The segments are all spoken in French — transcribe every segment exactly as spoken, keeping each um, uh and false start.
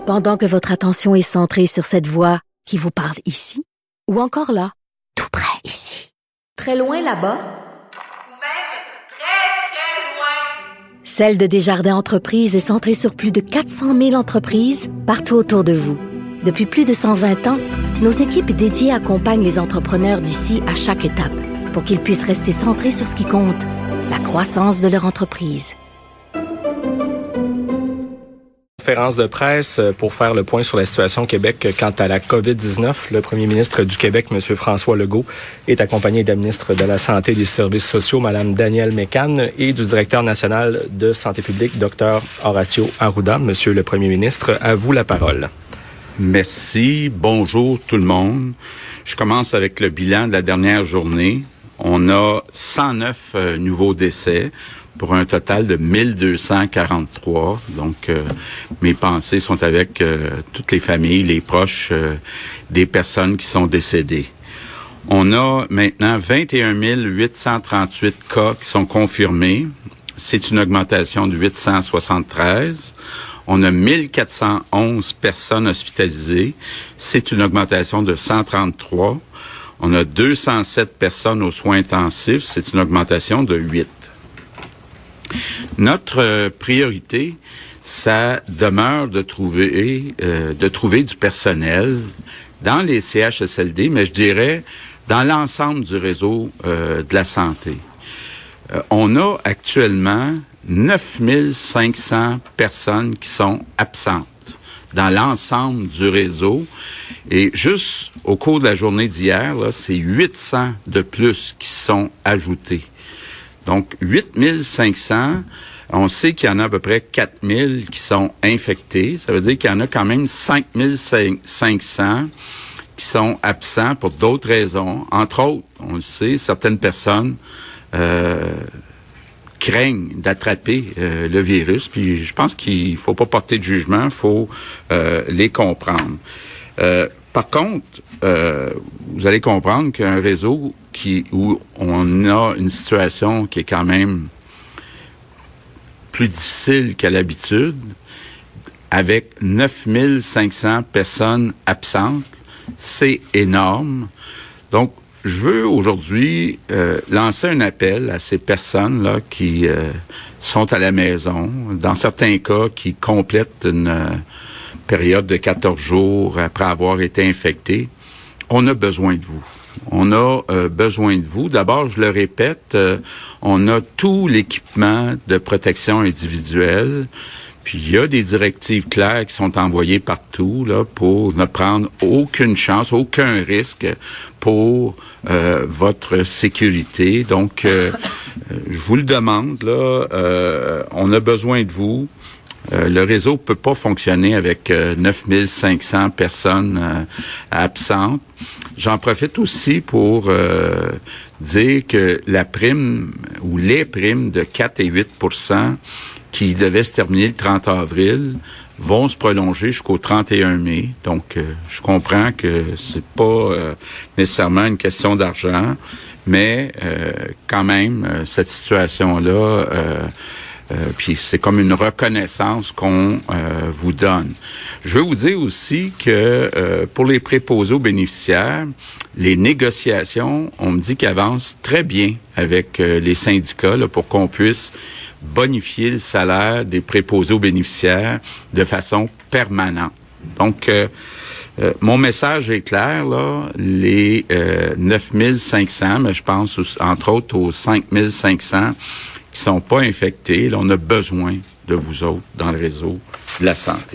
Pendant que votre attention est centrée sur cette voix qui vous parle ici, ou encore là, tout près ici, très loin là-bas, ou même très, très loin, Celle de Desjardins Entreprises est centrée sur plus de quatre cent mille entreprises partout autour de vous. Depuis plus de cent vingt ans, nos équipes dédiées accompagnent les entrepreneurs d'ici à chaque étape pour qu'ils puissent rester centrés sur ce qui compte, la croissance de leur entreprise. Conférence de presse pour faire le point sur la situation au Québec quant à la covid dix-neuf. Le premier ministre du Québec, M. François Legault, est accompagné de la ministre de la Santé et des Services sociaux, Mme Danielle Mécan, et du directeur national de santé publique, Dr Horacio Arruda. Monsieur le premier ministre, à vous la parole. Merci. Bonjour tout le monde. Je commence avec le bilan de la dernière journée. On a cent neuf euh, nouveaux décès pour un total de mille deux cent quarante-trois. Donc, euh, mes pensées sont avec euh, toutes les familles, les proches euh, des personnes qui sont décédées. On a maintenant vingt et un mille huit cent trente-huit cas qui sont confirmés. C'est une augmentation de huit cent soixante-treize. On a mille quatre cent onze personnes hospitalisées. C'est une augmentation de cent trente-trois. On a deux cent sept personnes aux soins intensifs. C'est une augmentation de huit. Notre priorité, ça demeure de trouver euh, de trouver du personnel dans les C H S L D, mais je dirais dans l'ensemble du réseau euh, de la santé. Euh, on a actuellement neuf mille cinq cents personnes qui sont absentes dans l'ensemble du réseau. Et juste au cours de la journée d'hier, là, c'est huit cents de plus qui sont ajoutés. Donc, huit mille cinq cents, on sait qu'il y en a à peu près quatre mille qui sont infectés. Ça veut dire qu'il y en a quand même cinq mille cinq cents qui sont absents pour d'autres raisons. Entre autres, on le sait, certaines personnes euh, craignent d'attraper euh, le virus. Puis je pense qu'il faut pas porter de jugement, il faut euh, les comprendre. Euh, par contre, euh, vous allez comprendre qu'un réseau qui où on a une situation qui est quand même plus difficile qu'à l'habitude, avec neuf mille cinq cents personnes absentes, c'est énorme. Donc, je veux aujourd'hui euh, lancer un appel à ces personnes-là qui euh, sont à la maison, dans certains cas qui complètent une euh, période de quatorze jours après avoir été infectés. On a besoin de vous. On a euh, besoin de vous. D'abord, je le répète, euh, on a tout l'équipement de protection individuelle. Puis il y a des directives claires qui sont envoyées partout là pour ne prendre aucune chance, aucun risque pour euh, votre sécurité. Donc, euh, je vous le demande là, euh, on a besoin de vous. Euh, le réseau peut pas fonctionner avec euh, neuf mille cinq cents personnes euh, absentes. J'en profite aussi pour euh, dire que la prime ou les primes de quatre et huit pour cent qui devaient se terminer le trente avril vont se prolonger jusqu'au trente et un mai. Donc, euh, je comprends que c'est pas euh, nécessairement une question d'argent, mais euh, quand même, euh, cette situation-là... Euh, Euh, puis c'est comme une reconnaissance qu'on euh, vous donne. Je veux vous dire aussi que euh, pour les préposés aux bénéficiaires, les négociations, on me dit qu'elles avancent très bien avec euh, les syndicats là, pour qu'on puisse bonifier le salaire des préposés aux bénéficiaires de façon permanente. Donc, euh, euh, mon message est clair, là, les euh, neuf mille cinq cents, mais je pense entre autres aux cinq mille cinq cents qui sont pas infectés, là, on a besoin de vous autres dans le réseau de la santé.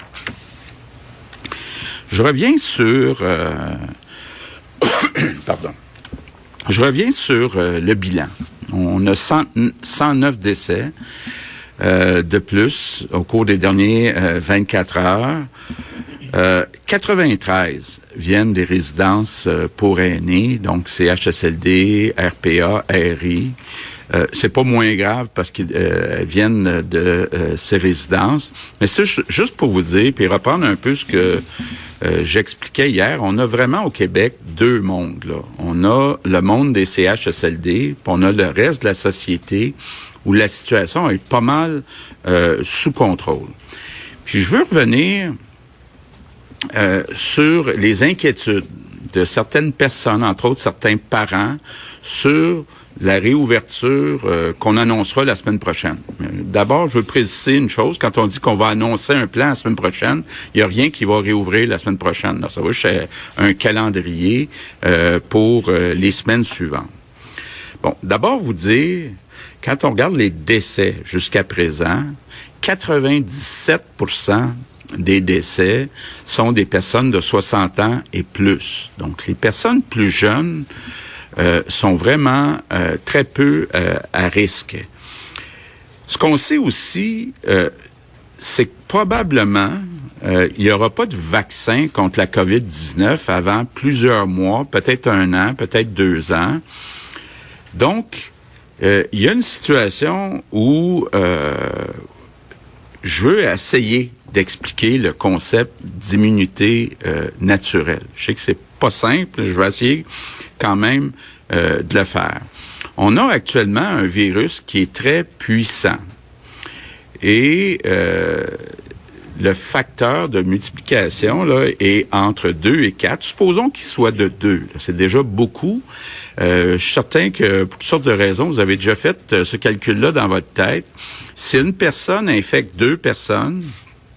Je reviens sur... Euh, pardon. Je reviens sur euh, le bilan. On a cent, cent neuf décès euh, de plus au cours des derniers euh, vingt-quatre heures. Euh, quatre-vingt-treize viennent des résidences euh, pour aînés, donc C H S L D, R P A, R I. Euh, c'est pas moins grave parce qu'ils euh, viennent de euh, ces résidences. Mais c'est juste pour vous dire, puis reprendre un peu ce que euh, j'expliquais hier, on a vraiment au Québec deux mondes, là. On a le monde des C H S L D, puis on a le reste de la société où la situation est pas mal euh, sous contrôle. Puis je veux revenir euh, sur les inquiétudes de certaines personnes, entre autres certains parents, sur la réouverture euh, qu'on annoncera la semaine prochaine. D'abord, je veux préciser une chose. Quand on dit qu'on va annoncer un plan la semaine prochaine, il n'y a rien qui va réouvrir la semaine prochaine. Là, ça va juste être un calendrier euh, pour euh, les semaines suivantes. Bon, d'abord, vous dire, quand on regarde les décès jusqu'à présent, quatre-vingt-dix-sept pour cent des décès sont des personnes de soixante ans et plus. Donc, les personnes plus jeunes Euh, sont vraiment euh, très peu euh, à risque. Ce qu'on sait aussi, euh, c'est que probablement, euh, il n'y aura pas de vaccin contre la covid dix-neuf avant plusieurs mois, peut-être un an, peut-être deux ans. Donc, euh, il y a une situation où euh, je veux essayer d'expliquer le concept d'immunité euh, naturelle. Je sais que c'est pas simple, je vais essayer quand même euh, de le faire. On a actuellement un virus qui est très puissant et euh, le facteur de multiplication là, est entre deux et quatre. Supposons qu'il soit de deux. Là, c'est déjà beaucoup. Euh, je suis certain que pour toutes sortes de raisons, vous avez déjà fait euh, ce calcul-là dans votre tête. Si une personne infecte deux personnes,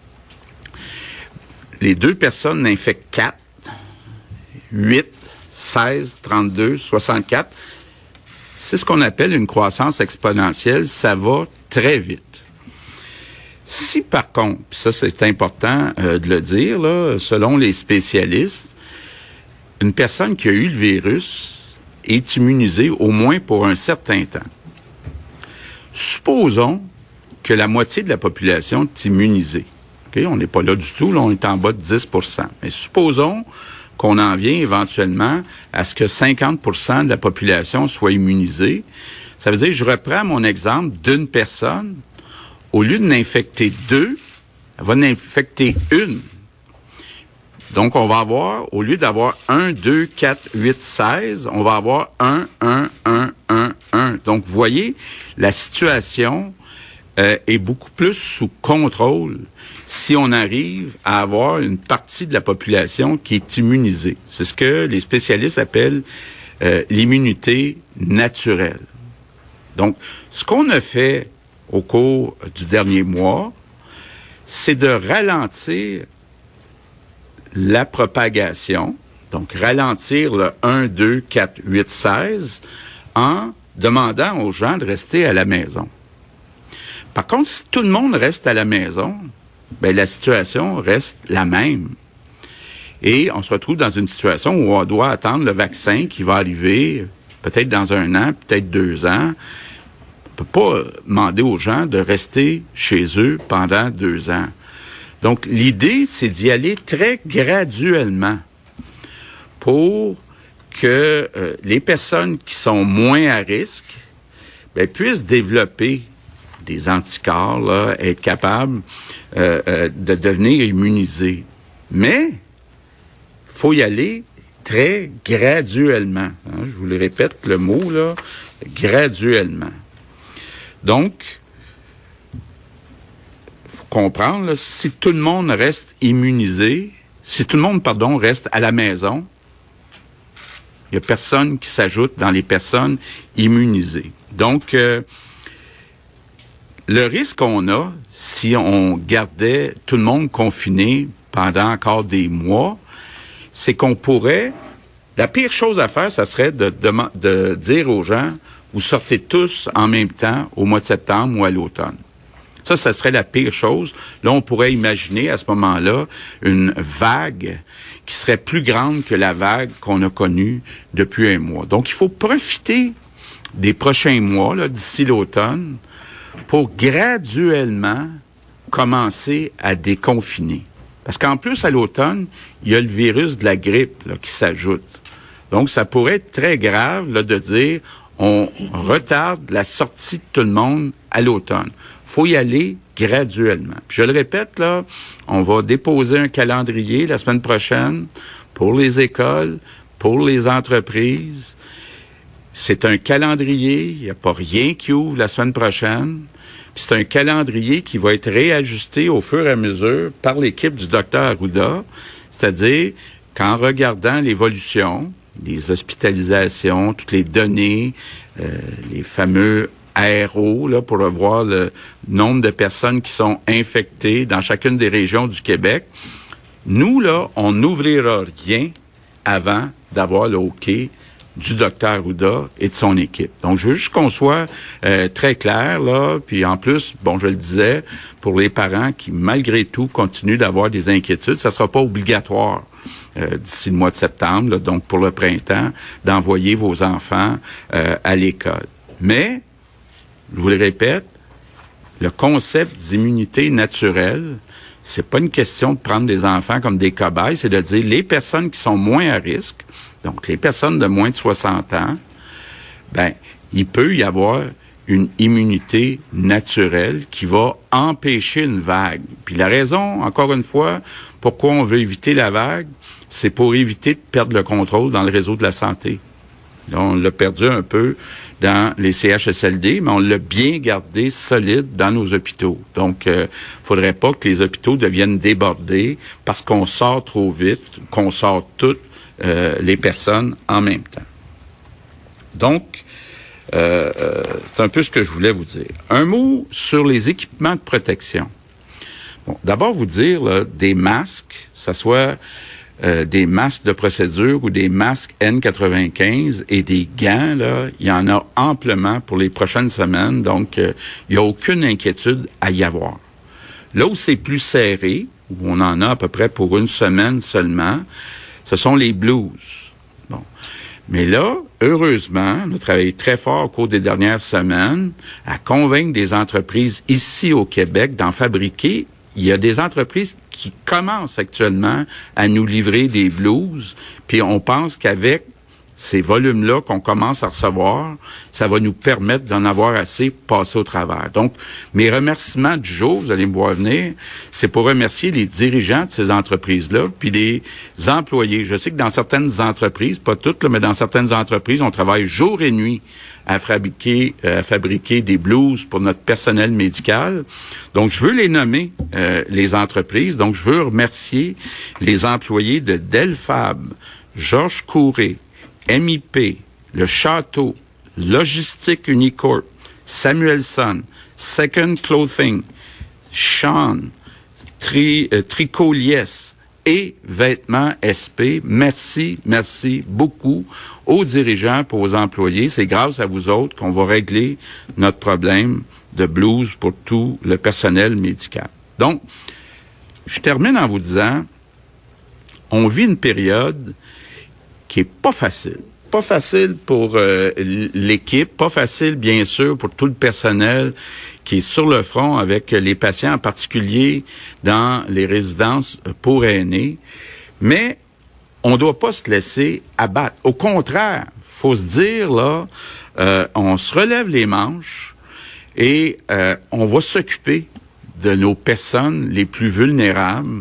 les deux personnes infectent quatre, huit, seize, trente-deux, soixante-quatre. C'est ce qu'on appelle une croissance exponentielle. Ça va très vite. Si par contre, puis ça c'est important euh, de le dire, là, selon les spécialistes, une personne qui a eu le virus est immunisée au moins pour un certain temps. Supposons que la moitié de la population est immunisée. Okay? On n'est pas là du tout, là, on est en bas de dix pour cent. Mais supposons qu'on en vient éventuellement à ce que cinquante pour cent de la population soit immunisée. Ça veut dire, je reprends mon exemple d'une personne, au lieu de n'infecter deux, elle va n'infecter une. Donc, on va avoir, au lieu d'avoir un, deux, quatre, huit, seize, on va avoir un, un, un, un, un. Donc, vous voyez, la situation euh, est beaucoup plus sous contrôle si on arrive à avoir une partie de la population qui est immunisée. C'est ce que les spécialistes appellent euh, l'immunité naturelle. Donc, ce qu'on a fait au cours du dernier mois, c'est de ralentir la propagation, donc ralentir le un, deux, quatre, huit, seize, en demandant aux gens de rester à la maison. Par contre, si tout le monde reste à la maison, ben la situation reste la même. Et on se retrouve dans une situation où on doit attendre le vaccin qui va arriver peut-être dans un an, peut-être deux ans. On peut pas demander aux gens de rester chez eux pendant deux ans. Donc, l'idée, c'est d'y aller très graduellement pour que euh, les personnes qui sont moins à risque ben, puissent développer des anticorps, là, être capables euh, euh, de devenir immunisés. Mais, il faut y aller très graduellement. Hein, je vous le répète, le mot, là, graduellement. Donc, il faut comprendre, là, si tout le monde reste immunisé, si tout le monde, pardon, reste à la maison, il n'y a personne qui s'ajoute dans les personnes immunisées. Donc, euh, le risque qu'on a, si on gardait tout le monde confiné pendant encore des mois, c'est qu'on pourrait... La pire chose à faire, ça serait de, de, de dire aux gens, vous sortez tous en même temps au mois de septembre ou à l'automne. Ça, ça serait la pire chose. Là, on pourrait imaginer à ce moment-là une vague qui serait plus grande que la vague qu'on a connue depuis un mois. Donc, il faut profiter des prochains mois, là, d'ici l'automne, pour graduellement commencer à déconfiner. Parce qu'en plus, à l'automne, il y a le virus de la grippe là, qui s'ajoute. Donc, ça pourrait être très grave là, de dire on retarde la sortie de tout le monde à l'automne. Faut y aller graduellement. Puis je le répète, là, on va déposer un calendrier la semaine prochaine pour les écoles, pour les entreprises. C'est un calendrier, il n'y a pas rien qui ouvre la semaine prochaine. Puis c'est un calendrier qui va être réajusté au fur et à mesure par l'équipe du docteur Arruda. C'est-à-dire qu'en regardant l'évolution des hospitalisations, toutes les données, euh, les fameux R O, là, pour voir le nombre de personnes qui sont infectées dans chacune des régions du Québec, nous, là, on n'ouvrira rien avant d'avoir le OK du docteur Arruda et de son équipe. Donc, je veux juste qu'on soit euh, très clair, là, puis en plus, bon, je le disais, pour les parents qui, malgré tout, continuent d'avoir des inquiétudes, ça sera pas obligatoire euh, d'ici le mois de septembre, là, donc pour le printemps, d'envoyer vos enfants euh, à l'école. Mais, je vous le répète, le concept d'immunité naturelle, c'est pas une question de prendre des enfants comme des cobayes, c'est de dire les personnes qui sont moins à risque, donc les personnes de moins de soixante ans, ben, il peut y avoir une immunité naturelle qui va empêcher une vague. Puis la raison, encore une fois, pourquoi on veut éviter la vague, c'est pour éviter de perdre le contrôle dans le réseau de la santé. Là, on l'a perdu un peu dans les C H S L D, mais on l'a bien gardé solide dans nos hôpitaux. Donc, euh, faudrait pas que les hôpitaux deviennent débordés parce qu'on sort trop vite, qu'on sort toutes euh, les personnes en même temps. Donc, euh, euh, c'est un peu ce que je voulais vous dire. Un mot sur les équipements de protection. Bon, d'abord, vous dire, là, des masques, ça soit Euh, des masques de procédure ou des masques N quatre-vingt-quinze et des gants, là, il y en a amplement pour les prochaines semaines, donc euh, il n'y a aucune inquiétude à y avoir. Là où c'est plus serré, où on en a à peu près pour une semaine seulement, ce sont les blouses. Bon. Mais là, heureusement, on a travaillé très fort au cours des dernières semaines à convaincre des entreprises ici au Québec d'en fabriquer. Il y a des entreprises qui commencent actuellement à nous livrer des blouses, puis on pense qu'avec ces volumes-là qu'on commence à recevoir, ça va nous permettre d'en avoir assez pour passer au travers. Donc, mes remerciements du jour, vous allez me voir venir, c'est pour remercier les dirigeants de ces entreprises-là, puis les employés. Je sais que dans certaines entreprises, pas toutes, là, mais dans certaines entreprises, on travaille jour et nuit à fabriquer, euh, à fabriquer des blouses pour notre personnel médical. Donc, je veux les nommer, euh, les entreprises. Donc, je veux remercier les employés de Delfab, Georges Couré, M I P, Le Château, Logistique Unicorp, Samuelson, Second Clothing, Sean, Tri, euh, Tricot Lies et Vêtements S P. Merci, merci beaucoup aux dirigeants et aux employés. C'est grâce à vous autres qu'on va régler notre problème de blues pour tout le personnel médical. Donc, je termine en vous disant, on vit une période qui est pas facile. Pas facile pour euh, l'équipe, pas facile, bien sûr, pour tout le personnel qui est sur le front avec les patients, en particulier dans les résidences pour aînés. Mais on ne doit pas se laisser abattre. Au contraire, faut se dire, là, euh, on se relève les manches et euh, on va s'occuper de nos personnes les plus vulnérables.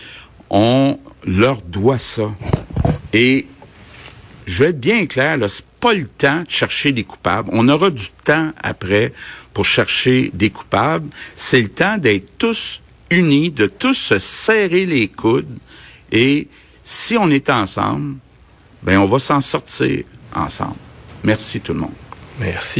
On leur doit ça. Et je vais être bien clair, là, c'est pas le temps de chercher des coupables. On aura du temps après pour chercher des coupables. C'est le temps d'être tous unis, de tous se serrer les coudes. Et si on est ensemble, ben on va s'en sortir ensemble. Merci tout le monde. Merci.